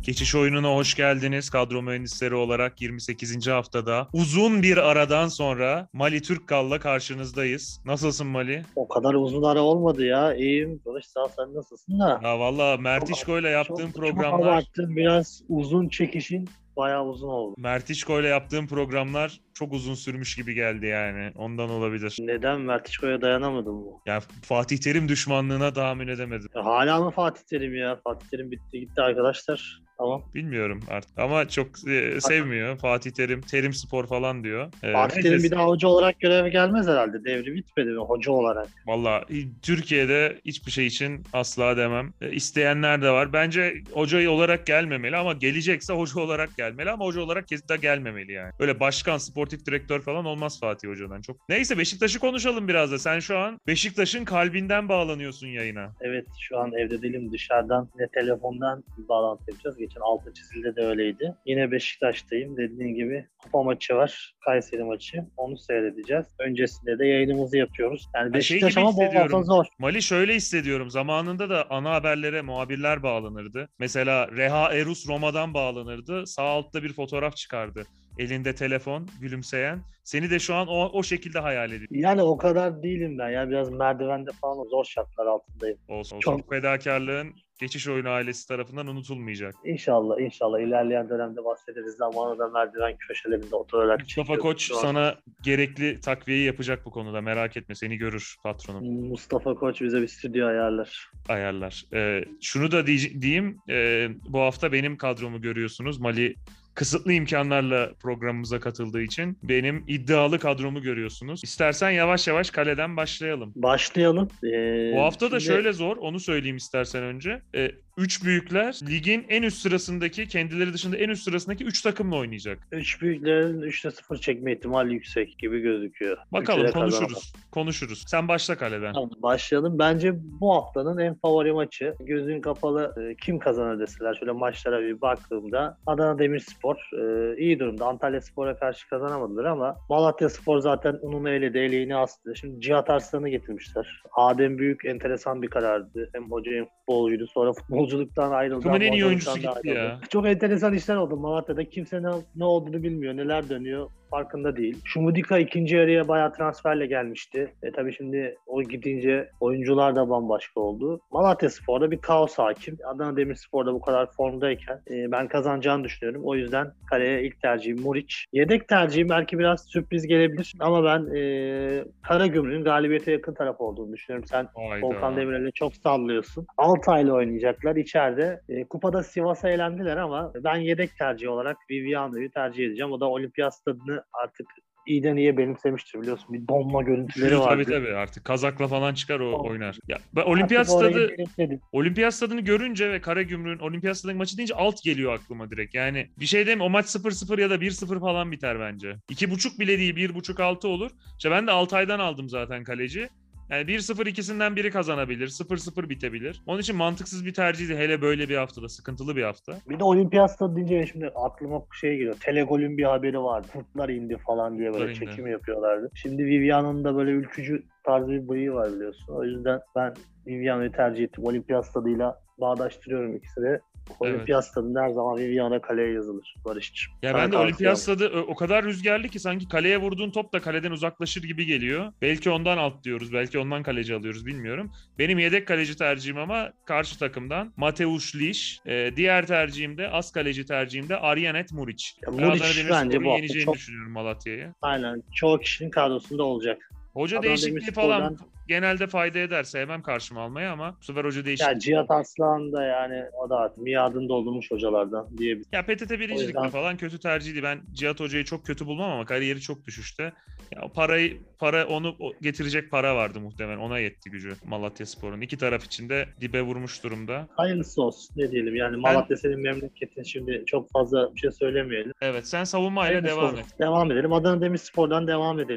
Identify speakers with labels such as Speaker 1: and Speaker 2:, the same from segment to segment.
Speaker 1: Geçiş oyununa hoş geldiniz. Kadro mühendisleri olarak 28. haftada uzun bir aradan sonra Mali Türkkal'la karşınızdayız. Nasılsın Mali?
Speaker 2: O kadar uzun ara olmadı ya. İyiyim. Barış sağ ol, sen nasılsın da?
Speaker 1: Ya valla
Speaker 2: Çok
Speaker 1: Mertişko ile yaptığım
Speaker 2: çok
Speaker 1: programlar
Speaker 2: abarttın. Biraz uzun çekişin bayağı uzun oldu.
Speaker 1: Mertişko ile yaptığım programlar çok uzun sürmüş gibi geldi yani. Ondan olabilir.
Speaker 2: Neden Mertişko'ya dayanamadın mı?
Speaker 1: Yani Fatih Terim düşmanlığına tahammül edemedim.
Speaker 2: Hala mı Fatih Terim ya? Fatih Terim bitti gitti arkadaşlar. Tamam.
Speaker 1: Bilmiyorum artık ama çok sevmiyor. Fatih Terim, Terim Spor falan diyor.
Speaker 2: Fatih Terim bir
Speaker 1: Neyse.
Speaker 2: daha hoca olarak göreve gelmez herhalde. Devri bitmedi mi hoca olarak?
Speaker 1: Valla Türkiye'de hiçbir şey için asla demem. İsteyenler de var. Bence hoca olarak gelmemeli ama gelecekse hoca olarak gelmeli ama hoca olarak kesinlikle gelmemeli yani. Böyle başkan, sportif direktör falan olmaz Fatih Hoca'dan çok. Neyse Beşiktaş'ı konuşalım biraz da. Sen şu an Beşiktaş'ın kalbinden bağlanıyorsun yayına.
Speaker 2: Evet, şu an evde değilim, dışarıdan ve telefondan bir bağlantı yapacağız. Geçen altı çizilde de öyleydi. Yine Beşiktaş'tayım. Dediğin gibi kupa maçı var. Kayseri maçı. Onu seyredeceğiz. Öncesinde de yayınımızı yapıyoruz. Yani
Speaker 1: Ha, şey
Speaker 2: Beşiktaş
Speaker 1: gibi
Speaker 2: ama bu hafta
Speaker 1: hissediyorum.
Speaker 2: zor.
Speaker 1: Mali şöyle hissediyorum. Zamanında da ana haberlere muhabirler bağlanırdı. Mesela Reha Erus Roma'dan bağlanırdı. Sağ altta bir fotoğraf çıkardı. Elinde telefon, gülümseyen. Seni de şu an o şekilde hayal ediyorum.
Speaker 2: Yani o kadar değilim ben ya. Biraz merdivende falan zor şartlar altındayım.
Speaker 1: Olsun.
Speaker 2: Çok
Speaker 1: Fedakarlığın geçiş oyunu ailesi tarafından unutulmayacak.
Speaker 2: inşallah ilerleyen dönemde bahsederiz. Zamanında merdiven köşelerinde oturarak
Speaker 1: Mustafa
Speaker 2: çekiyorduk.
Speaker 1: Koç
Speaker 2: Şu an
Speaker 1: sana gerekli takviyeyi yapacak bu konuda. Merak etme, seni görür patronum.
Speaker 2: Mustafa Koç bize bir stüdyo ayarlar.
Speaker 1: Ayarlar. Şunu da diyeyim. Bu hafta benim kadromu görüyorsunuz. Mali kısıtlı imkanlarla programımıza katıldığı için benim iddialı kadromu görüyorsunuz. İstersen yavaş yavaş kaleden başlayalım.
Speaker 2: Başlayalım.
Speaker 1: Bu hafta da
Speaker 2: Şimdi
Speaker 1: şöyle zor, onu söyleyeyim istersen önce. Üç büyükler ligin en üst sırasındaki, kendileri dışında en üst sırasındaki 3 takımla oynayacak.
Speaker 2: üç büyüklerin 3'te 0 çekme ihtimali yüksek gibi gözüküyor.
Speaker 1: Bakalım,
Speaker 2: Üçü de kazanamaz.
Speaker 1: konuşuruz. Sen başla kaleden.
Speaker 2: Tamam, başlayalım. Bence bu haftanın en favori maçı. Gözün kapalı kim kazanır deseler şöyle maçlara bir baktığımda Adana Demirspor iyi durumda. Antalyaspor'a karşı kazanamadılar ama Malatyaspor zaten ununu eledi, eleğini astı. Şimdi Cihat Arslan'ı getirmişler. Adem Büyük enteresan bir karardı. Hem hoca hem futbolcuydu. Sonra futbolculuktan ayrıldı.
Speaker 1: Takımın en
Speaker 2: ama
Speaker 1: iyi oyuncusu
Speaker 2: hocalıktan da
Speaker 1: gitti
Speaker 2: ayrıldı.
Speaker 1: ya.
Speaker 2: Çok enteresan işler oldu Malatya'da. Kimse ne olduğunu bilmiyor. Neler dönüyor farkında değil. Şumudika ikinci yarıya bayağı transferle gelmişti. Tabii şimdi o gidince oyuncular da bambaşka oldu. Malatyaspor'da bir kaos hakim. Adana Demirspor'da bu kadar formdayken ben kazanacağını düşünüyorum. O yüzden kaleye ilk tercihim Muriç. Yedek tercihim belki biraz sürpriz gelebilir ama ben Karagümrük'ün galibiyete yakın taraf olduğunu düşünüyorum. Sen Volkan
Speaker 1: Hayda.
Speaker 2: Demirel'e çok sallıyorsun. Altay'la oynayacaklar içeride. Kupada Sivas'a elendiler ama ben yedek tercih olarak Viviano'yu tercih edeceğim. O da Olimpiyat Stadını artık iyiden iyiye benimsemiştir, biliyorsun. Bir donma görüntüleri vardı.
Speaker 1: Tabii artık kazakla falan çıkar o
Speaker 2: O-
Speaker 1: oynar. Ya ben
Speaker 2: Artık orayı benimsedim.
Speaker 1: Olimpiyat Stadı'nı görünce ve Karagümrük'ün Olimpiyat Stadı'ndaki maçı deyince alt geliyor aklıma direkt. Yani bir şey diyeyim, o maç 0-0 ya da 1-0 falan biter bence. 2,5 bile değil, 1,5-6 olur. İşte ben de Altay'dan aldım zaten kaleci. Yani 1-0 ikisinden biri kazanabilir. 0-0 bitebilir. Onun için mantıksız bir tercihdi, hele böyle bir haftada. Sıkıntılı bir hafta.
Speaker 2: Bir de Olimpiyat Stadı deyince şimdi aklıma şey geliyor. Telegol'ün bir haberi vardı. Kurtlar indi falan diye böyle
Speaker 1: Kurtlar indi.
Speaker 2: çekim yapıyorlardı. Şimdi Viviano'nun da böyle ülkücü tarzı bir bıyığı var, biliyorsun. O yüzden ben Viviano'yu tercih ettim. Olimpiyat Stadı'yla bağdaştırıyorum ikisini. Olimpiyat Stadı'nda her zaman Viviano kaleye yazılır Barış'cığım.
Speaker 1: Ya
Speaker 2: Sana
Speaker 1: ben de
Speaker 2: tavsiyem.
Speaker 1: Olimpiyat Stadı o kadar rüzgarlı ki sanki kaleye vurduğun top da kaleden uzaklaşır gibi geliyor. Belki ondan alt diyoruz, belki ondan kaleci alıyoruz, bilmiyorum. Benim yedek kaleci tercihim ama karşı takımdan Mateusz Liş. Diğer tercihim de az kaleci tercihim de Aryanet Muriç.
Speaker 2: Ya
Speaker 1: Ben Adana
Speaker 2: Muriç bence
Speaker 1: Demirspor'un
Speaker 2: bu hafta
Speaker 1: yeneceğini
Speaker 2: çok,
Speaker 1: düşünüyorum Malatya'yı.
Speaker 2: aynen, çoğu kişinin kadrosunda olacak.
Speaker 1: Hoca
Speaker 2: Adana
Speaker 1: değişikliği
Speaker 2: Demirspor'dan
Speaker 1: falan genelde fayda eder. Sevmem karşıma almayı ama bu sefer hoca
Speaker 2: ya
Speaker 1: değişikliği.
Speaker 2: Cihat Arslan da, yani o da artık miadını doldurmuş hocalardan diyebilirim.
Speaker 1: Ya PTT
Speaker 2: O
Speaker 1: birincilikte
Speaker 2: yüzden
Speaker 1: falan kötü tercihdi. Ben Cihat Hoca'yı çok kötü bulmam ama kariyeri çok düşüşte. Ya para onu getirecek para vardı muhtemelen. Ona yetti gücü Malatyaspor'un. İki taraf için de dibe vurmuş durumda.
Speaker 2: hayırlısı olsun, ne diyelim. Yani
Speaker 1: Ben
Speaker 2: Malatya senin memleketin, şimdi çok fazla bir şey söylemeyelim.
Speaker 1: evet, sen savunmayla
Speaker 2: Hayırlısı
Speaker 1: devam
Speaker 2: olsun.
Speaker 1: et.
Speaker 2: Devam edelim. Adana Demirspor'dan devam edelim.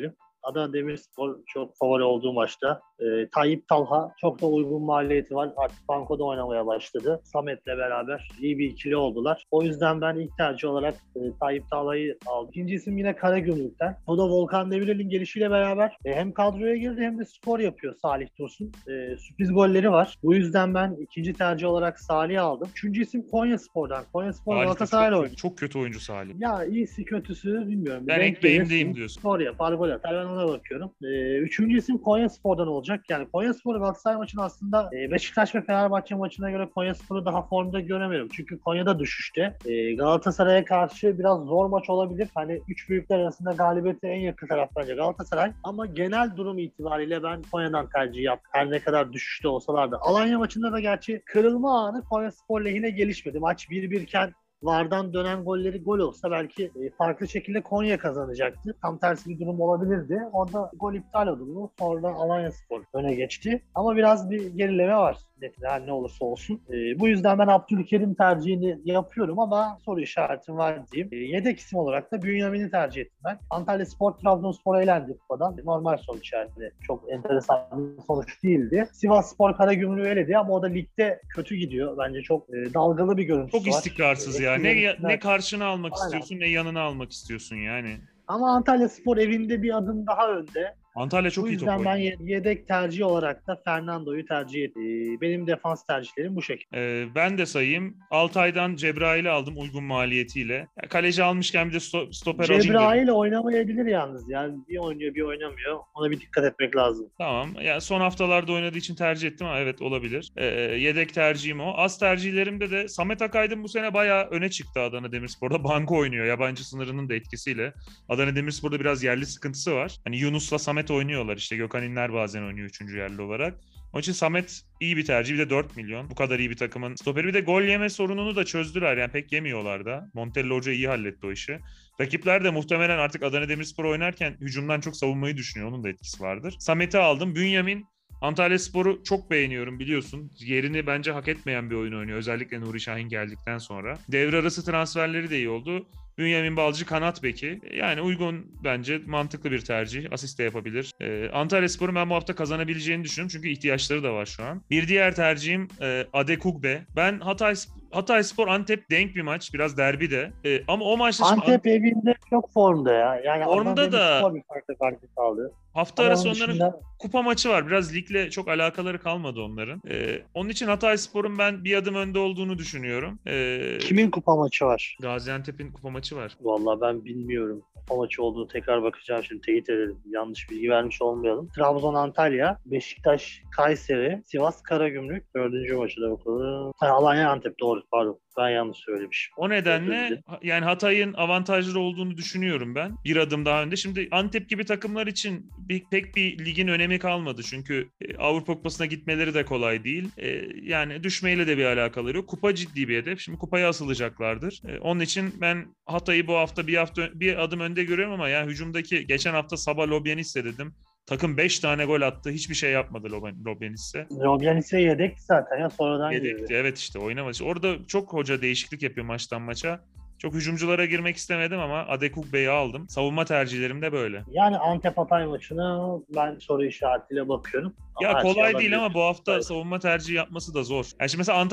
Speaker 2: Adana Demirspor çok favori olduğu maçta. Tayyip Talha çok da uygun maliyeti var. Artık bankoda oynamaya başladı. Samet'le beraber iyi bir ikili oldular. O yüzden ben ilk tercih olarak Tayyip Talha'yı aldım. İkinci isim yine Karagümrük'ten. O da Volkan Demirel'in gelişiyle beraber hem kadroya girdi hem de skor yapıyor Salih Dursun. Sürpriz golleri var. Bu yüzden ben ikinci tercih olarak Salih'i aldım. Üçüncü isim Konyaspor'dan. Konyaspor Galatasaray'la oynuyor.
Speaker 1: Çok kötü oyuncu Salih.
Speaker 2: Ya iyisi kötüsü bilmiyorum.
Speaker 1: Ben ekmeğimdeyim diyorsun.
Speaker 2: Skor yapar, gol atar. Ben ona bakıyorum. Üçüncü isim Konyaspor'dan olacak. Yani Konyaspor Galatasaray maçını aslında Beşiktaş ve Fenerbahçe maçına göre Konyaspor'u daha formda göremiyorum. Çünkü Konya'da düşüşte. Galatasaray'a karşı biraz zor maç olabilir. Hani üç büyükler arasında galibiyete en yakın taraf bence Galatasaray. Ama genel durum itibariyle ben Konya'dan tercih yaptım. Her ne kadar düşüşte olsalar da. Alanya maçında da gerçi kırılma anı Konyaspor lehine gelişmedi. Maç 1-1 iken VAR'dan dönen golleri gol olsa belki farklı şekilde Konya kazanacaktı. Tam tersi bir durum olabilirdi. Orada gol iptal oldu. Sonra Alanyaspor öne geçti. Ama biraz bir gerileme var. Her ne olursa olsun. Bu yüzden ben Abdülkerim tercihini yapıyorum ama soru işaretim var diyeyim. Yedek isim olarak da Bünyamin'i tercih ettim ben. Antalyaspor Trabzonspor'a elendi kupadan. Normal sonuç yani. Çok enteresan bir sonuç değildi. Sivasspor Karagümrük'ü eledi ama o da ligde kötü gidiyor. Bence çok dalgalı bir görüntüsü var.
Speaker 1: Çok istikrarsız ya. Ne karşına almak istiyorsun ne yanına almak istiyorsun yani.
Speaker 2: Ama Antalyaspor evinde bir adım daha önde.
Speaker 1: Antalya çok iyi top oynuyor.
Speaker 2: Bu yüzden ben yedek tercih olarak da Fernando'yu tercih ettim. Benim defans tercihlerim bu şekilde.
Speaker 1: Ben de sayayım. Altay'dan Cebrail'i aldım uygun maliyetiyle. Ya, kaleci almışken bir de stoper alayım dedim.
Speaker 2: Cebrail oynamayabilir yalnız. Yani bir oynuyor bir oynamıyor. Ona bir dikkat etmek lazım.
Speaker 1: Tamam. Ya son haftalarda oynadığı için tercih ettim ama evet olabilir. Yedek tercihim o. Az tercihlerimde de Samet Akaydın bu sene bayağı öne çıktı Adana Demirspor'da. Banko oynuyor. Yabancı sınırının da etkisiyle. Adana Demirspor'da biraz yerli sıkıntısı var. Hani Yunus'la Samet oynuyorlar. İşte Gökhan İnler bazen oynuyor 3. yerli olarak. Onun için Samet iyi bir tercih. Bir de 4 milyon. Bu kadar iyi bir takımın stoperi. Bir de gol yeme sorununu da çözdüler. Yani pek yemiyorlar da. Montella Hoca iyi halletti o işi. Rakipler de muhtemelen artık Adana Demirspor oynarken hücumdan çok savunmayı düşünüyor. Onun da etkisi vardır. Samet'i aldım. Bünyamin Antalyaspor'u çok beğeniyorum biliyorsun. Yerini bence hak etmeyen bir oyun oynuyor. Özellikle Nuri Şahin geldikten sonra. Devre arası transferleri de iyi oldu. Bünyamin Balcı kanat beki. Yani uygun bence mantıklı bir tercih. Asist de yapabilir. Antalyaspor'un ben bu hafta kazanabileceğini düşünüyorum. Çünkü ihtiyaçları da var şu an. Bir diğer tercihim Adekugbe. Ben Hatayspor Antep denk bir maç. Biraz derbi de. Ama o maçta...
Speaker 2: Antep evinde çok formda ya. Yani
Speaker 1: formda da
Speaker 2: bir farklı kaldı.
Speaker 1: Hafta arası onların kupa maçı var. Biraz ligle çok alakaları kalmadı onların. Onun için Hatayspor'un ben bir adım önde olduğunu düşünüyorum.
Speaker 2: Kimin kupa maçı var?
Speaker 1: Gaziantep'in kupa maçı var.
Speaker 2: Vallahi ben bilmiyorum. Kupa maçı olduğunu tekrar bakacağım. Şimdi teyit edelim. Yanlış bilgi vermiş olmayalım. Trabzon Antalya, Beşiktaş Kayseri, Sivas Karagümrük. 4. maçı da bakalım. Alanya Antep doğru pardon. Ben yanlış söylemişim.
Speaker 1: O nedenle yani Hatay'ın avantajlı olduğunu düşünüyorum ben. Bir adım daha önde. Şimdi Antep gibi takımlar için pek bir ligin önemi kalmadı. Çünkü Avrupa Kupası'na gitmeleri de kolay değil. Yani düşmeyle de bir alakaları yok. Kupa ciddi bir hedef. Şimdi kupaya asılacaklardır. Onun için ben Hatay'ı bu hafta bir adım önde görüyorum ama yani hücumdaki geçen hafta Sabah Lobyanits'e dedim. Takım 5 tane gol attı. Hiçbir şey yapmadı Lobyanits'e.
Speaker 2: Lobyanits'e yedekti zaten ya sonradan
Speaker 1: yedekti girdi. Evet işte oynamadı. Orada çok hoca değişiklik yapıyor maçtan maça. Çok hücumculara girmek istemedim ama Adekugbe'yi aldım. Savunma tercihlerim de böyle.
Speaker 2: Yani Antep Hatay maçına ben soru işaretiyle bakıyorum.
Speaker 1: Ya kolay değil ama bu hafta savunma tercihi yapması da zor. Yani şimdi mesela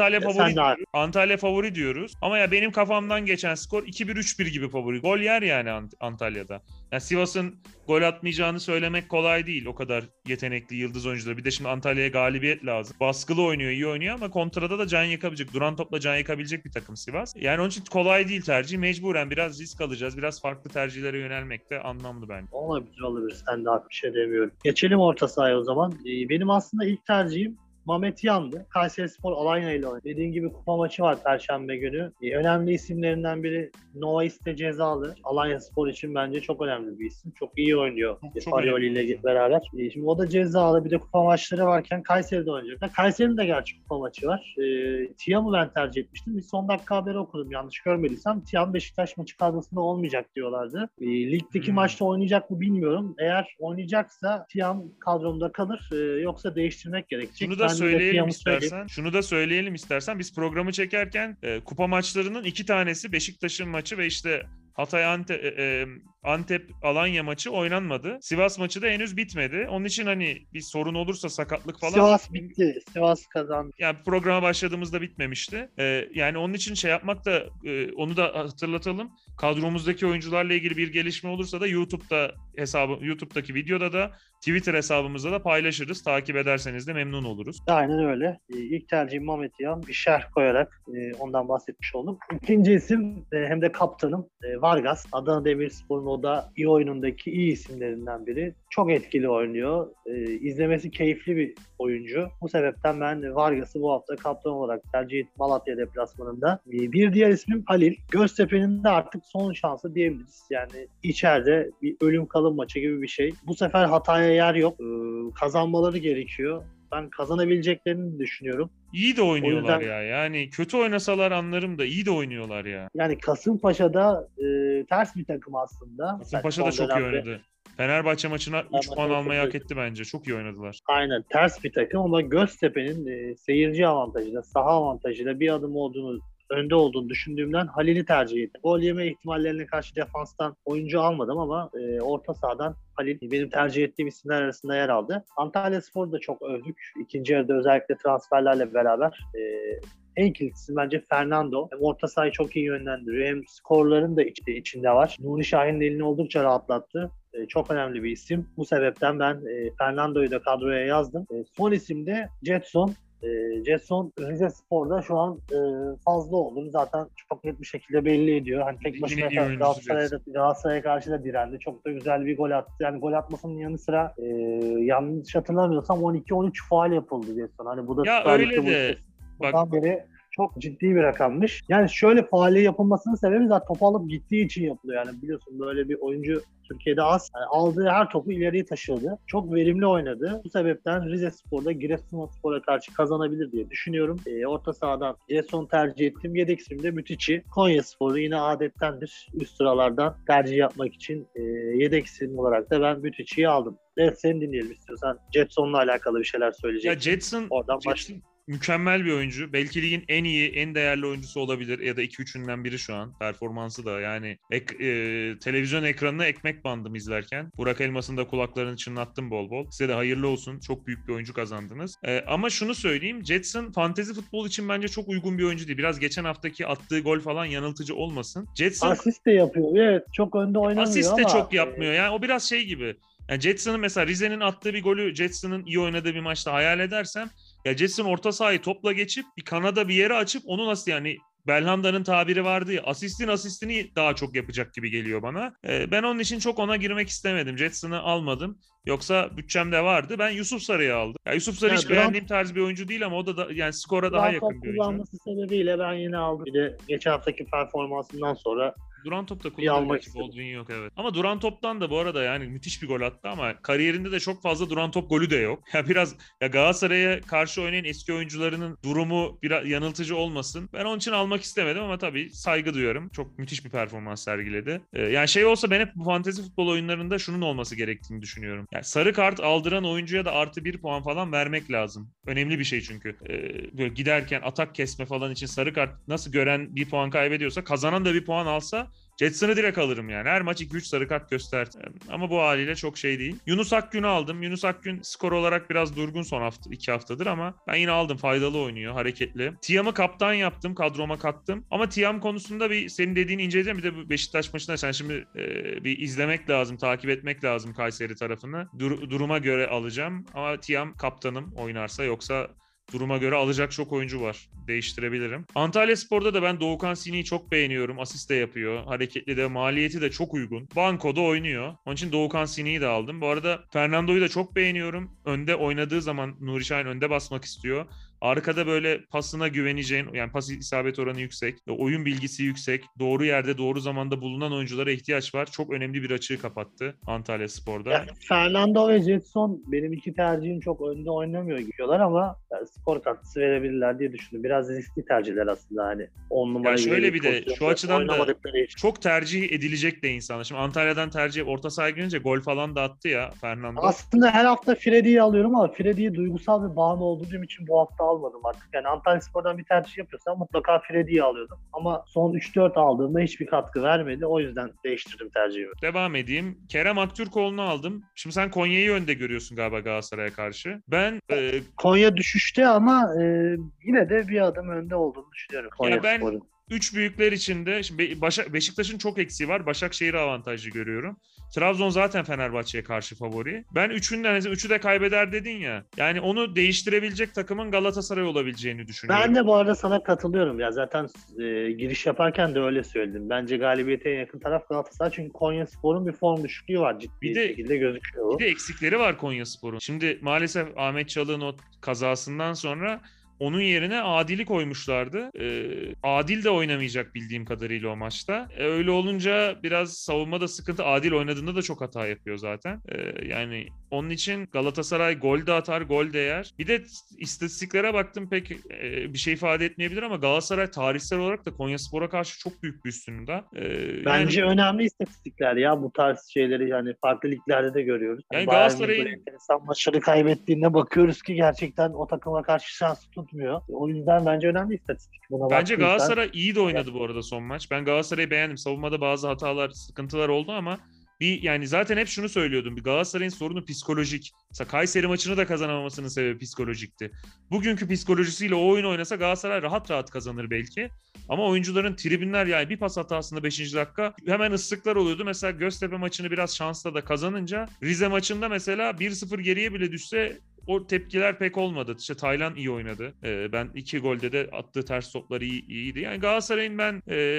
Speaker 1: Antalya favori diyoruz. Ama ya benim kafamdan geçen skor 2-1-3-1 gibi favori. Gol yer yani Antalya'da. Yani Sivas'ın gol atmayacağını söylemek kolay değil. O kadar yetenekli yıldız oyuncular. Bir de şimdi Antalya'ya galibiyet lazım. Baskılı oynuyor, iyi oynuyor ama kontrada da can yakabilecek. Duran topla can yakabilecek bir takım Sivas. Yani onun için kolay değil tercih. Mecburen biraz risk alacağız. Biraz farklı tercihlere yönelmek de anlamlı bence.
Speaker 2: Olabilir. Sen de hak bir şey demiyorum. Geçelim orta sahaya o zaman. Benim aslında ilk tercihim Mehmet Yandı. Kayserispor Alanya ile oynadı. Dediğim gibi kupa maçı var Perşembe günü. Önemli isimlerinden biri Nova İste cezalı. Alanyaspor için bence çok önemli bir isim. Çok iyi oynuyor. Farioli ile beraber. Şimdi o da cezalı. Bir de kupa maçları varken Kayseri'de oynayacak. Kayseri'nin de gerçi kupa maçı var. Tiam'ı ben tercih etmiştim. Bir son dakika haberi okudum. Yanlış görmediysem. Tiam Beşiktaş maçı kadrosunda olmayacak diyorlardı. Ligdeki maçta oynayacak mı bilmiyorum. Eğer oynayacaksa Tiam kadromda kalır. Yoksa değiştirmek gerekecek.
Speaker 1: Şunu da söyleyelim istersen. Biz programı çekerken kupa maçlarının 2 tanesi Beşiktaş'ın maçı ve işte Antep Alanya maçı oynanmadı. Sivas maçı da henüz bitmedi. Onun için hani bir sorun olursa, sakatlık falan.
Speaker 2: Sivas bitti. Sivas kazandı.
Speaker 1: Yani programa başladığımızda bitmemişti. Yani onun için şey yapmak da onu da hatırlatalım. Kadromuzdaki oyuncularla ilgili bir gelişme olursa da YouTube'daki videoda da Twitter hesabımızda da paylaşırız. Takip ederseniz de memnun oluruz.
Speaker 2: Aynen öyle. İlk tercihim Mehmet Yan. Bir şerh koyarak ondan bahsetmiş oldum. İkinci isim hem de kaptanım Vargas. Adana Demirspor'un o da iyi oyunundaki iyi isimlerinden biri. Çok etkili oynuyor. İzlemesi keyifli bir oyuncu. Bu sebepten ben Vargas'ı bu hafta kaptan olarak tercih ettim Malatya deplasmanında. Bir diğer ismim Halil. Göztepe'nin de artık son şansı diyebiliriz. Yani içeride bir ölüm kalım maçı gibi bir şey. Bu sefer hataya yer yok. Kazanmaları gerekiyor. Ben kazanabileceklerini düşünüyorum.
Speaker 1: İyi de oynuyorlar
Speaker 2: yüzden,
Speaker 1: ya. Yani kötü oynasalar anlarım da iyi de oynuyorlar ya.
Speaker 2: Yani Kasımpaşa'da ters bir takım aslında.
Speaker 1: Kasımpaşa da çok iyi oynadı. Fenerbahçe maçına 3 puan almayı hak etti bence. Çok iyi oynadılar.
Speaker 2: Aynen, ters bir takım ama Göztepe'nin seyirci avantajıyla, saha avantajıyla bir adım önde olduğunu düşündüğümden Halil'i tercih ettim. Gol yeme ihtimallerine karşı defanstan oyuncu almadım ama orta sahadan Halil benim tercih ettiğim isimler arasında yer aldı. Antalyaspor'u da çok övdük. İkinci yarıda özellikle transferlerle beraber. En kilitlisin bence Fernando. Hem orta sahayı çok iyi yönlendiriyor hem skorların da içinde var. Nuri Şahin'in elini oldukça rahatlattı. Çok önemli bir isim. Bu sebepten ben Fernando'yu da kadroya yazdım. Son isim de Jetson. Jetson Rizespor'da şu an fazla olduğunu zaten çok net bir şekilde belli ediyor. Hani tek başına Galatasaray'a karşı da direndi. Çok da güzel bir gol attı. Yani gol atmasının yanı sıra yanlış hatırlamıyorsam 12-13 faul yapıldı Jetson. Hani bu da
Speaker 1: ya öyle de
Speaker 2: bak, beri çok ciddi bir rakammış. Yani şöyle faali yapılmasının sebebi zaten topu alıp gittiği için yapılıyor. Yani biliyorsun böyle bir oyuncu Türkiye'de az. Yani aldığı her topu ileriye taşıdı. Çok verimli oynadı. Bu sebepten Rizespor'da Giresunspor'a karşı kazanabilir diye düşünüyorum. Orta sahadan Jetson tercih ettim. Yedek isim de Mütiçi. Konyaspor'u yine adettendir üst sıralardan tercih yapmak için yedek isim olarak da ben Mütiçi'yi aldım. Evet, seni dinleyelim istiyorsan. Jetson'la alakalı bir şeyler söyleyeceksin.
Speaker 1: Ya Jetson mükemmel bir oyuncu. Belki ligin en iyi, en değerli oyuncusu olabilir ya da 2-3'ünden biri şu an. Performansı da yani televizyon ekranına ekmek bandım izlerken. Burak Elmas'ın da kulaklarını çınlattım bol bol. Size de hayırlı olsun. Çok büyük bir oyuncu kazandınız. Ama şunu söyleyeyim. Jetson fantezi futbol için bence çok uygun bir oyuncu değil. Biraz geçen haftaki attığı gol falan yanıltıcı olmasın. Jetson
Speaker 2: asist de yapıyor. Evet, çok önde oynamıyor
Speaker 1: asist
Speaker 2: ama.
Speaker 1: de çok yapmıyor. Yani o biraz şey gibi. Yani Jetson'ın mesela Rize'nin attığı bir golü Jetson'ın iyi oynadığı bir maçta hayal edersem ya Jetson orta sahayı topla geçip bir kanada bir yere açıp onu nasıl yani Belhanda'nın tabiri vardı ya asistini daha çok yapacak gibi geliyor bana. Ben onun için çok ona girmek istemedim. Jetson'ı almadım. Yoksa bütçemde vardı. Ben Yusuf Sarı'yı aldım. Ya Yusuf Sarı hiç beğendiğim tarz bir oyuncu değil ama o da yani skora daha yakın bir oyuncu.
Speaker 2: Kullanması sebebiyle ben yine aldım. Bir de geçen haftaki performansından sonra
Speaker 1: duran topta kullanılmak Baldwin yok evet. Ama duran toptan da bu arada yani müthiş bir gol attı ama kariyerinde de çok fazla duran top golü de yok. Ya biraz ya Galatasaray'a karşı oynayan eski oyuncularının durumu biraz yanıltıcı olmasın. Ben onun için almak istemedim ama tabii saygı duyuyorum. Çok müthiş bir performans sergiledi. Yani şey olsa ben hep bu fantezi futbol oyunlarında şunun olması gerektiğini düşünüyorum. Yani sarı kart aldıran oyuncuya da artı 1 puan falan vermek lazım. Önemli bir şey çünkü. Böyle giderken atak kesme falan için sarı kart nasıl gören 1 puan kaybediyorsa kazanan da 1 puan alsa Jetson'ı direkt alırım yani. Her maç 2-3 sarı kart göster. Ama bu haliyle çok şey değil. Yunus Akgün'ü aldım. Yunus Akgün skor olarak biraz durgun son 2 haftadır ama ben yine aldım. Faydalı oynuyor, hareketli. Tiam'ı kaptan yaptım, kadroma kattım. Ama Tiam konusunda bir senin dediğini inceleyeceğim. Bir de bu Beşiktaş maçında sen şimdi bir izlemek lazım, takip etmek lazım Kayseri tarafını. Duruma göre alacağım. Ama Tiam kaptanım oynarsa yoksa duruma göre alacak çok oyuncu var. Değiştirebilirim. Antalyaspor'da da ben Doğukan Sini'yi çok beğeniyorum. Asist de yapıyor. Hareketli de, maliyeti de çok uygun. Banko'da oynuyor. Onun için Doğukan Sini'yi de aldım. Bu arada Fernando'yu da çok beğeniyorum. Önde oynadığı zaman Nuri Şahin önde basmak istiyor. Arkada böyle pasına güveneceğin, yani pas isabet oranı yüksek, oyun bilgisi yüksek, doğru yerde doğru zamanda bulunan oyunculara ihtiyaç var. Çok önemli bir açığı kapattı Antalyaspor'da.
Speaker 2: Yani Fernando ve Jetson benim iki tercihim çok önde oynamıyor gidiyorlar ama yani skor katkısı verebilirler diye düşündüm. Biraz riskli tercihler aslında hani 10 numara.
Speaker 1: Ya şöyle bir de şu açıdan da çok tercih edilecek de insanlar. Şimdi Antalya'dan tercih orta sahaya girince gol falan da attı ya Fernando.
Speaker 2: Aslında her hafta Freddy'yi alıyorum ama Freddy'yi duygusal bir bağım olduğum için bu hafta almadım artık. Yani Antalyaspor'dan bir tercih yapıyorsam mutlaka Freddy'yi alıyordum. Ama son 3-4 aldığımda hiçbir katkı vermedi. O yüzden değiştirdim tercihimi.
Speaker 1: Devam edeyim. Kerem Aktürkoğlu'nu aldım. Şimdi sen Konya'yı önde görüyorsun galiba Galatasaray'a karşı. Ben
Speaker 2: Konya düşüşte ama yine de bir adım önde olduğunu düşünüyorum
Speaker 1: ben
Speaker 2: Konyaspor'un.
Speaker 1: üç büyükler içinde şimdi Beşiktaş'ın çok eksiği var. Başakşehir'i avantajlı görüyorum. Trabzon zaten Fenerbahçe'ye karşı favori. Ben üçü de kaybeder dedin ya. Yani onu değiştirebilecek takımın Galatasaray olabileceğini düşünüyorum.
Speaker 2: Ben de bu arada sana katılıyorum ya. Zaten giriş yaparken de öyle söyledim. Bence galibiyete en yakın taraf Galatasaray. Çünkü Konyaspor'un bir form düşüklüğü var. Ciddi
Speaker 1: Bir de-
Speaker 2: şekilde gözüküyor.
Speaker 1: Bir de eksikleri var Konyaspor'un. Şimdi maalesef Ahmet Çalık'ın o kazasından sonra onun yerine Adil'i koymuşlardı. Adil de oynamayacak bildiğim kadarıyla o maçta. Öyle olunca biraz savunmada sıkıntı. Adil oynadığında da çok hata yapıyor zaten. Yani onun için Galatasaray gol de atar, gol de yer. Bir de istatistiklere baktım pek bir şey ifade etmeyebilir ama Galatasaray tarihsel olarak da Konyaspor'a karşı çok büyük bir üstünlüğünde.
Speaker 2: Bence önemli istatistikler ya bu tarz şeyleri yani farklı liglerde de görüyoruz.
Speaker 1: Yani
Speaker 2: Bayern
Speaker 1: Galatasaray'ın-
Speaker 2: Münih enteresan maçları kaybettiğinde bakıyoruz ki gerçekten o takıma karşı şans tutmuyor. O yüzden bence önemli istatistik. Buna
Speaker 1: Bence
Speaker 2: baktıysan-
Speaker 1: Galatasaray iyi de oynadı bu arada son maç. Ben Galatasaray'ı beğendim. Savunmada bazı hatalar, sıkıntılar oldu ama yani zaten hep şunu söylüyordum. Bir Galatasaray'ın sorunu psikolojik. Mesela Kayseri maçını da kazanamamasının sebebi psikolojikti. Bugünkü psikolojisiyle o oyun oynasa Galatasaray rahat rahat kazanır belki. Ama oyuncuların tribünler yani bir pas hatasında 5. dakika hemen ıslıklar oluyordu. Mesela Göztepe maçını biraz şansla da kazanınca Rize maçında mesela 1-0 geriye bile düşse o tepkiler pek olmadı. İşte Taylan iyi oynadı. Ben 2 golde de attığı ters toplar iyiydi. Yani Galatasaray'ın ben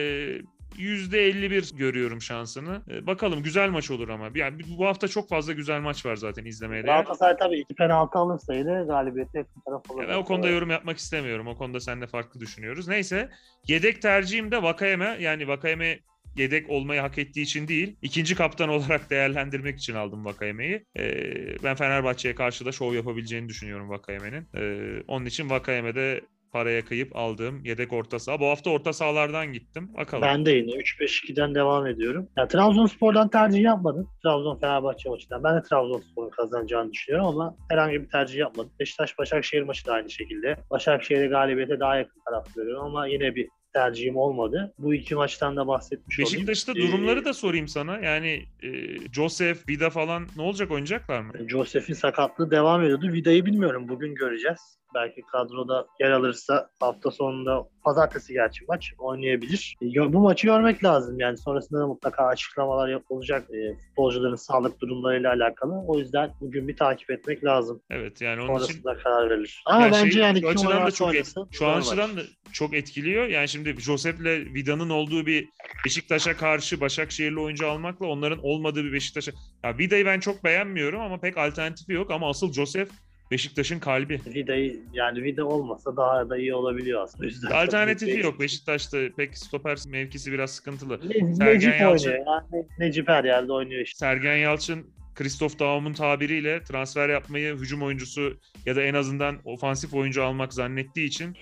Speaker 1: %51 görüyorum şansını. Bakalım güzel maç olur ama. Yani bu hafta çok fazla güzel maç var zaten izlemeye değer.
Speaker 2: Galatasaray tabii 2 penaltı alırsaydı galibiyete yakın taraf olur.
Speaker 1: Ben o konuda yorum yapmak istemiyorum. O konuda seninle farklı düşünüyoruz. Neyse. Yedek tercihim de Vakayeme. Yani Vakayeme yedek olmayı hak ettiği için değil, ikinci kaptan olarak değerlendirmek için aldım Vakayeme'yi. Ben Fenerbahçe'ye karşı da şov yapabileceğini düşünüyorum Vakayeme'nin. Onun için Vakayeme'de paraya kıyıp aldığım yedek orta saha. Bu hafta orta sahalardan gittim. Bakalım.
Speaker 2: Ben de yine 3-5-2'den devam ediyorum. Ya, Trabzonspor'dan tercih yapmadım. Trabzon-Fenerbahçe maçından. Ben de Trabzonspor'un kazanacağını düşünüyorum ama herhangi bir tercih yapmadım. Beşiktaş-Başakşehir maçı da aynı şekilde. Başakşehir'e galibiyete daha yakın taraf görüyorum ama yine bir tercihim olmadı. Bu iki maçtan da bahsetmiş olayım.
Speaker 1: Beşiktaş'ta durumları da sorayım sana. Yani Joseph, Vida falan ne olacak, oynayacaklar mı?
Speaker 2: Joseph'in sakatlığı devam ediyordu. Vida'yı bilmiyorum. Bugün göreceğiz. Belki kadroda yer alırsa hafta sonunda pazartesi gerçi maç oynayabilir. Bu maçı görmek lazım. Yani sonrasında da mutlaka açıklamalar yapılacak futbolcuların sağlık durumlarıyla alakalı. O yüzden bugün bir takip etmek lazım.
Speaker 1: Evet yani onun için
Speaker 2: Sonrasında karar verilir. Ama bence yani
Speaker 1: şu açıdan da
Speaker 2: oynarsa oynasın.
Speaker 1: şu açıdan da çok etkiliyor. Yani şimdi Josep'le Vida'nın olduğu bir Beşiktaş'a karşı Başakşehirli oyuncu almakla onların olmadığı bir Beşiktaş'a. Ya Vida'yı ben çok beğenmiyorum ama pek alternatifi yok ama asıl Joseph Beşiktaş'ın kalbi.
Speaker 2: Vida olmasa daha da iyi olabiliyor aslında. O yüzden
Speaker 1: Alternatifi yok. Beşiktaş'ta pek stoper mevkisi biraz sıkıntılı.
Speaker 2: Necip oynuyor. Yani Necip her yerde oynuyor işte.
Speaker 1: Sergen Yalçın, Christoph Daum'un tabiriyle transfer yapmayı hücum oyuncusu ya da en azından ofansif oyuncu almak zannettiği için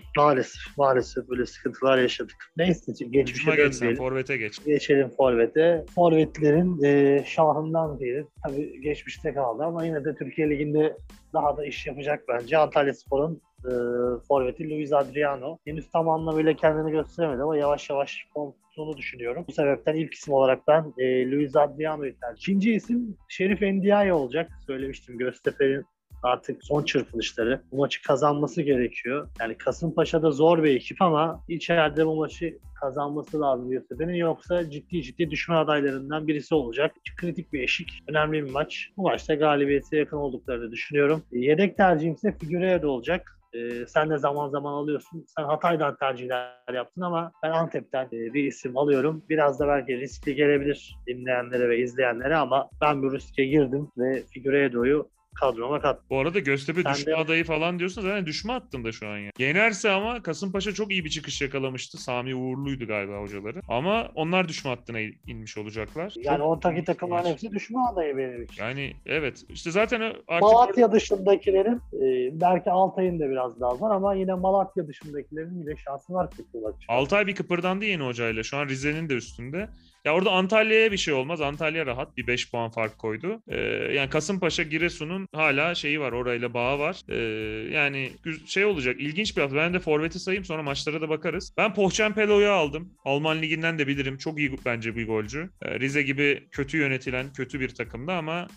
Speaker 2: Maalesef böyle sıkıntılar yaşadık. Neyse geçmişe
Speaker 1: hücuma geçsen,
Speaker 2: dönmeyelim.
Speaker 1: forvete geç.
Speaker 2: Geçelim forvete. Forvetlerin şahından diyelim. Tabii geçmişte kaldı ama yine de Türkiye Ligi'nde daha da iş yapacak bence. Antalyaspor'un forveti Luis Adriano. Henüz tam anlamıyla kendini gösteremedi ama yavaş yavaş olduğunu düşünüyorum. Bu sebepten ilk isim olarak ben Luis Adriano'yu tercih. İkinci isim Şerif Endiaye olacak. Söylemiştim Göztepe'nin artık son çırpınışları. Bu maçı kazanması gerekiyor. Yani Kasımpaşa'da zor bir ekip ama içeride bu maçı kazanması lazım Göztepe'nin. Yoksa ciddi düşme adaylarından birisi olacak. Kritik bir eşik. Önemli bir maç. Bu maçta galibiyete yakın olduklarını düşünüyorum. Yedek tercihim ise Figueiredo olacak. Sen de zaman zaman alıyorsun. Sen Hatay'dan tercihler yaptın ama ben Antep'ten bir isim alıyorum. Biraz da belki riskli gelebilir dinleyenlere ve izleyenlere ama ben bu riske girdim ve Figueiredo'yu kadroma kattım.
Speaker 1: Bu arada Göztepe
Speaker 2: Sen
Speaker 1: düşme
Speaker 2: de-
Speaker 1: adayı falan diyorsun zaten düşme hattında şu an ya. Yenerse ama Kasımpaşa çok iyi bir çıkış yakalamıştı. Sami Uğurlu'ydu galiba hocaları. Ama onlar düşme hattına inmiş olacaklar.
Speaker 2: Yani
Speaker 1: Çok
Speaker 2: ortaki
Speaker 1: ilginç bir
Speaker 2: takımların
Speaker 1: maç.
Speaker 2: hepsi düşme adayı benim için.
Speaker 1: Yani evet. İşte zaten artık
Speaker 2: Malatya dışındakilerin belki Altay'ın da biraz daha var ama yine Malatya dışındakilerin yine şansı var kurtulmak için.
Speaker 1: Altay bir kıpırdandı yeni hocayla. Şu an Rize'nin de üstünde. Ya orada Antalya'ya bir şey olmaz. Antalya rahat bir 5 puan fark koydu. Yani Kasımpaşa Giresun'un hala şeyi var, orayla bağı var. Yani şey olacak, ilginç bir hafta. Ben de forveti sayayım, sonra maçlara da bakarız. Ben Pohçempelo'yu aldım. Alman liginden de bilirim. Çok iyi bence bir golcü. Rize gibi kötü yönetilen kötü bir takımda ama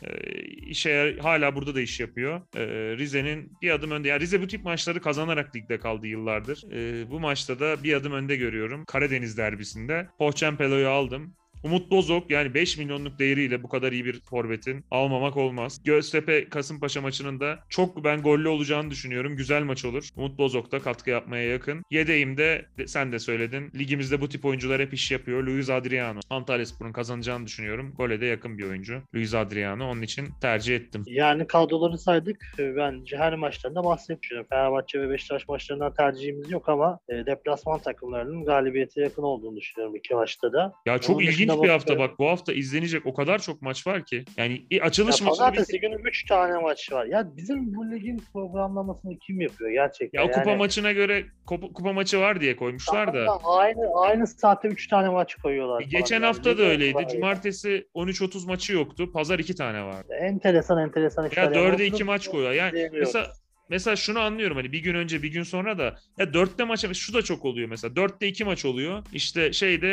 Speaker 1: hala burada da iş yapıyor. Rize'nin bir adım önde. Yani Rize bu tip maçları kazanarak ligde kaldı yıllardır. Bu maçta da bir adım önde görüyorum. Karadeniz derbisinde. Pohçempelo'yu aldım. Umut Bozok, yani 5 milyonluk değeriyle bu kadar iyi bir forvetin almamak olmaz. Göztepe Kasımpaşa maçının da çok ben gollü olacağını düşünüyorum. Güzel maç olur. Umut Bozok da katkı yapmaya yakın. Yedeğimde sen de söyledin. Ligimizde bu tip oyuncular hep iş yapıyor. Luis Adriano. Antalyaspor'un kazanacağını düşünüyorum. Gole de yakın bir oyuncu. Luis Adriano. Onun için tercih ettim.
Speaker 2: Yani kadroları saydık. Bence her maçlarında bahsetmişim. Fenerbahçe ve Beşiktaş maçlarından tercihimiz yok ama deplasman takımlarının galibiyete yakın olduğunu düşünüyorum iki maçta da.
Speaker 1: Ya çok
Speaker 2: Onun
Speaker 1: ilginç
Speaker 2: dışında
Speaker 1: bir hafta bak. Bu hafta izlenecek o kadar çok maç var ki. Yani açılış
Speaker 2: ya
Speaker 1: maçını
Speaker 2: pazartesi günü 3 tane maç var. Ya bizim bu ligin programlamasını kim yapıyor gerçekten?
Speaker 1: ya o kupa
Speaker 2: Yani
Speaker 1: maçına göre kupa maçı var diye koymuşlar da.
Speaker 2: tamam aynı saatte 3 tane maç koyuyorlar falan.
Speaker 1: Geçen
Speaker 2: Yani
Speaker 1: hafta da
Speaker 2: ligin
Speaker 1: öyleydi.
Speaker 2: kuralları.
Speaker 1: Cumartesi 13.30 maçı yoktu. Pazar 2 tane vardı.
Speaker 2: Enteresan işler.
Speaker 1: Ya
Speaker 2: Yani
Speaker 1: 4'e 2
Speaker 2: oturup
Speaker 1: maç koyuyor. Yani
Speaker 2: izleyemiyoruz.
Speaker 1: mesela şunu anlıyorum, hani bir gün önce bir gün sonra da ya 4'te maç, şu da çok oluyor mesela. 4'te 2 maç oluyor. İşte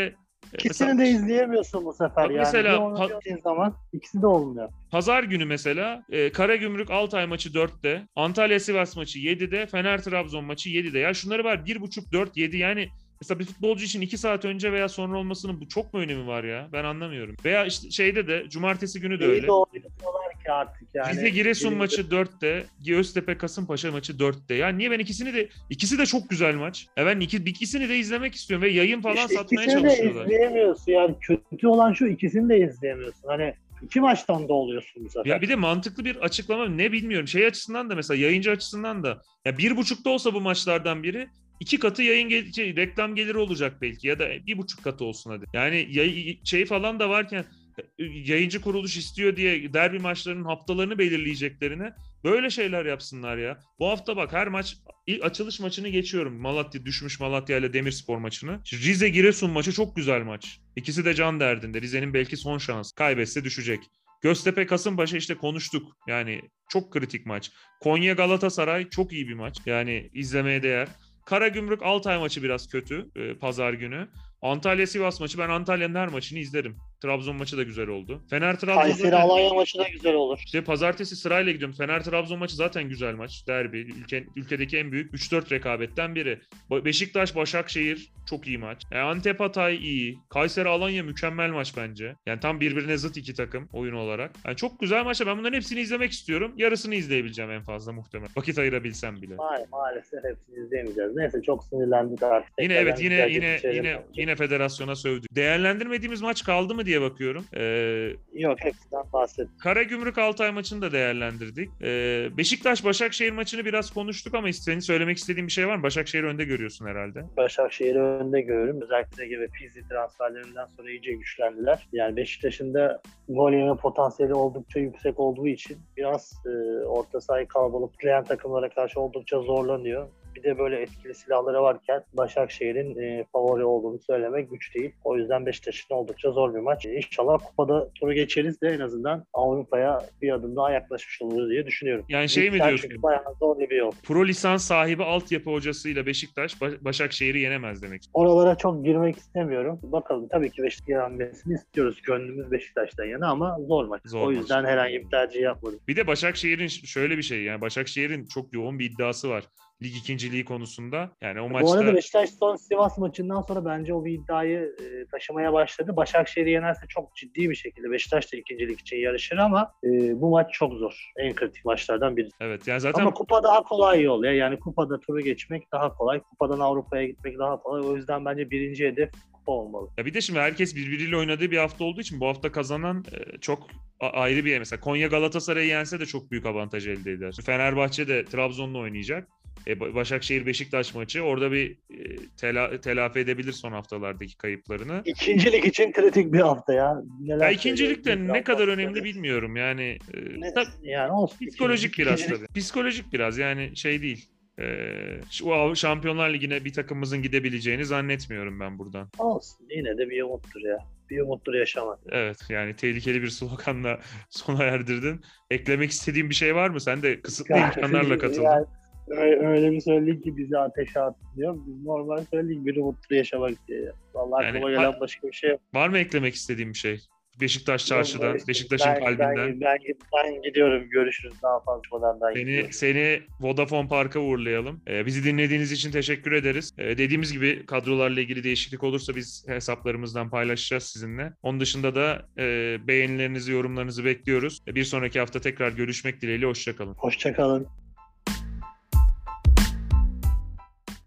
Speaker 1: mesela
Speaker 2: İkisini de izleyemiyorsun bu sefer
Speaker 1: bak
Speaker 2: yani. Bir
Speaker 1: mesela
Speaker 2: onu bir zaman ikisi de olmuyor.
Speaker 1: Pazar günü mesela Karagümrük Altay maçı 4'te, Antalya Sivas maçı 7'de, Fener Trabzon maçı 7'de. Ya şunları var, 1.5 4 7, yani mesela bir futbolcu için 2 saat önce veya sonra olmasının bu çok mu önemi var ya? Ben anlamıyorum. Veya işte şeyde de cumartesi günü de
Speaker 2: İyi
Speaker 1: öyle.
Speaker 2: de oynatıyorlar ki artık yani.
Speaker 1: Rize Giresun
Speaker 2: Elimizde-
Speaker 1: maçı 4'te, Göztepe Kasımpaşa maçı 4'te. Ya niye, ben ikisi de çok güzel maç. Ya ben ikisini de izlemek istiyorum ve yayın falan
Speaker 2: İşte
Speaker 1: satmaya
Speaker 2: ikisini de
Speaker 1: çalışıyorlar.
Speaker 2: izleyemiyorsun. Yani kötü olan şu ikisini de izleyemiyorsun. Hani iki maçtan da oluyorsun bu sefer.
Speaker 1: Ya bir de mantıklı bir açıklama ne bilmiyorum. Şey açısından da, mesela yayıncı açısından da, ya 1.5'da olsa bu maçlardan biri, 2 katı reklam geliri olacak belki, ya da 1.5 katı olsun hadi. Yani şey falan da varken, yayıncı kuruluş istiyor diye derbi maçlarının haftalarını belirleyeceklerine böyle şeyler yapsınlar ya. Bu hafta bak, her maç, açılış maçını geçiyorum. Malatya ile Demirspor maçını. Rize Giresun maçı çok güzel maç. İkisi de can derdinde. Rize'nin belki son şansı. Kaybetse düşecek. Göztepe Kasımpaşa işte konuştuk. Yani çok kritik maç. Konya Galatasaray çok iyi bir maç. Yani izlemeye değer. Karagümrük Altay maçı biraz kötü pazar günü. Antalya Sivas maçı, ben Antalya'nın her maçını izlerim. Trabzon maçı da güzel oldu. Fener Trabzon
Speaker 2: Kayseri
Speaker 1: zaten,
Speaker 2: Alanya maçı da güzel olur.
Speaker 1: işte pazartesi sırayla gidiyorum. Fener Trabzon maçı zaten güzel maç. Derbi. Ülkedeki en büyük 3-4 rekabetten biri. Beşiktaş Başakşehir çok iyi maç. Antep Hatay iyi. Kayseri Alanya mükemmel maç bence. Yani tam birbirine zıt iki takım oyun olarak. Yani çok güzel maçlar. Ben bunların hepsini izlemek istiyorum. Yarısını izleyebileceğim en fazla muhtemelen. Vakit ayırabilsem bile.
Speaker 2: Maalesef hepsini izleyemeyeceğiz. Neyse çok sinirlendik artık.
Speaker 1: Yine
Speaker 2: Tekrardan
Speaker 1: evet,
Speaker 2: güzelce bitirelim bence.
Speaker 1: yine federasyona sövdük. Değerlendirmediğimiz maç kaldı mı diye bakıyorum.
Speaker 2: Yok hepsinden bahsettik.
Speaker 1: Karagümrük Altay maçını da değerlendirdik. Beşiktaş Başakşehir maçını biraz konuştuk ama senin söylemek istediğin bir şey var mı? Başakşehir'i önde görüyorsun herhalde.
Speaker 2: Başakşehir'i önde görüyorum. Özellikle gibi Pizzi transferlerinden sonra iyice güçlendiler. Yani Beşiktaş'ın da gol yeme potansiyeli oldukça yüksek olduğu için biraz orta sahayı kalabalıklayan takımlara karşı oldukça zorlanıyor. Bir de böyle etkili silahları varken Başakşehir'in favori olduğunu söylemek güç değil. O yüzden Beşiktaş'ın oldukça zor bir maç. İnşallah kupada turu geçeriz de en azından Avrupa'ya bir adım daha yaklaşmış oluruz diye düşünüyorum.
Speaker 1: Yani şey mi
Speaker 2: Ligler
Speaker 1: diyorsun?
Speaker 2: çünkü bayağı zor bir yol.
Speaker 1: Pro lisans sahibi altyapı hocasıyla Beşiktaş Başakşehir'i yenemez demek.
Speaker 2: Oralara çok girmek istemiyorum. Bakalım tabii ki Beşiktaş'ın yenmesini istiyoruz. Gönlümüz Beşiktaş'tan yana ama zor maç.
Speaker 1: Zor
Speaker 2: o yüzden
Speaker 1: maç.
Speaker 2: herhangi bir tercih yapmadım.
Speaker 1: Bir de Başakşehir'in şöyle bir şey, yani Başakşehir'in çok yoğun bir iddiası var. Lig ikinciliği konusunda. Yani o
Speaker 2: Bu
Speaker 1: maçta
Speaker 2: arada Beşiktaş son Sivas maçından sonra bence o bir iddiayı taşımaya başladı. Başakşehir'i yenerse çok ciddi bir şekilde Beşiktaş da ikincilik için yarışır ama bu maç çok zor. En kritik maçlardan biri.
Speaker 1: evet, yani zaten
Speaker 2: Ama kupa daha kolay yol ya. Yani kupada turu geçmek daha kolay. Kupadan Avrupa'ya gitmek daha kolay. O yüzden bence birinci hedef kupa olmalı.
Speaker 1: ya bir de şimdi herkes birbiriyle oynadığı bir hafta olduğu için bu hafta kazanan çok ayrı bir yer. Mesela Konya Galatasaray'ı yense de çok büyük avantaj elde eder. Fenerbahçe de Trabzon'la oynayacak. Başakşehir Beşiktaş maçı orada bir telafi edebilir son haftalardaki kayıplarını.
Speaker 2: İkincilik için kritik bir hafta ya. Neler
Speaker 1: Ya ikincilik de
Speaker 2: söylüyorum.
Speaker 1: ne kadar önemli bilmiyorum. Yani
Speaker 2: yani olsun.
Speaker 1: psikolojik biraz
Speaker 2: İkincilik.
Speaker 1: tabii. Psikolojik biraz, yani şey değil. Şu Şampiyonlar Ligi'ne bir takımımızın gidebileceğini zannetmiyorum ben buradan.
Speaker 2: Olsun. Yine de bir umuttur ya. Bir umuttur yaşamak.
Speaker 1: Evet, yani tehlikeli bir sloganla sona erdirdin. Eklemek istediğin bir şey var mı? Sen de kısıtlı imkanlarla katıldın.
Speaker 2: Yani öyle bir söyleyin ki bizi ateşe atmıyor. Biz normal söyleyin bir umutlu yaşamak diye. Vallahi
Speaker 1: Yani
Speaker 2: aklıma gelen başka bir şey yok.
Speaker 1: var mı eklemek istediğin bir şey? Beşiktaş çarşıdan, Beşiktaş'ın kalbinden.
Speaker 2: Ben gidiyorum. Görüşürüz. Daha fazla ben gidiyorum.
Speaker 1: Seni Vodafone Park'a uğurlayalım. Bizi dinlediğiniz için teşekkür ederiz. Dediğimiz gibi kadrolarla ilgili değişiklik olursa biz hesaplarımızdan paylaşacağız sizinle. Onun dışında da beğenilerinizi, yorumlarınızı bekliyoruz. Bir sonraki hafta tekrar görüşmek dileğiyle. Hoşça kalın.
Speaker 2: Hoşça kalın.